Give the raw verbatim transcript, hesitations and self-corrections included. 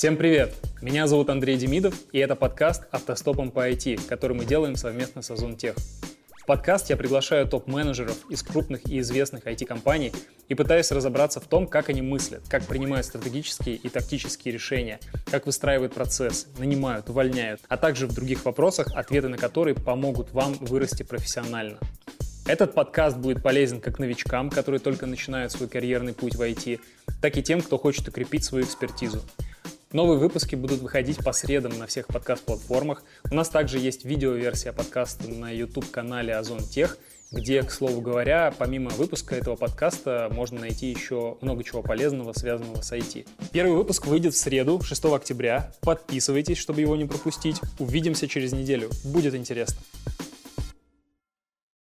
Всем привет! Меня зовут Андрей Демидов, и это подкаст «Автостопом по ай ти», который мы делаем совместно с Озон-Тех. В подкаст я приглашаю топ-менеджеров из крупных и известных ай ти-компаний и пытаюсь разобраться в том, как они мыслят, как принимают стратегические и тактические решения, как выстраивают процесс, нанимают, увольняют, а также в других вопросах, ответы на которые помогут вам вырасти профессионально. Этот подкаст будет полезен как новичкам, которые только начинают свой карьерный путь в ай ти, так и тем, кто хочет укрепить свою экспертизу. Новые выпуски будут выходить по средам на всех подкаст-платформах. У нас также есть видеоверсия подкаста на YouTube-канале Озон-Тех, где, к слову говоря, помимо выпуска этого подкаста можно найти еще много чего полезного, связанного с ай ти. Первый выпуск выйдет в среду, шестого октября. Подписывайтесь, чтобы его не пропустить. Увидимся через неделю. Будет интересно.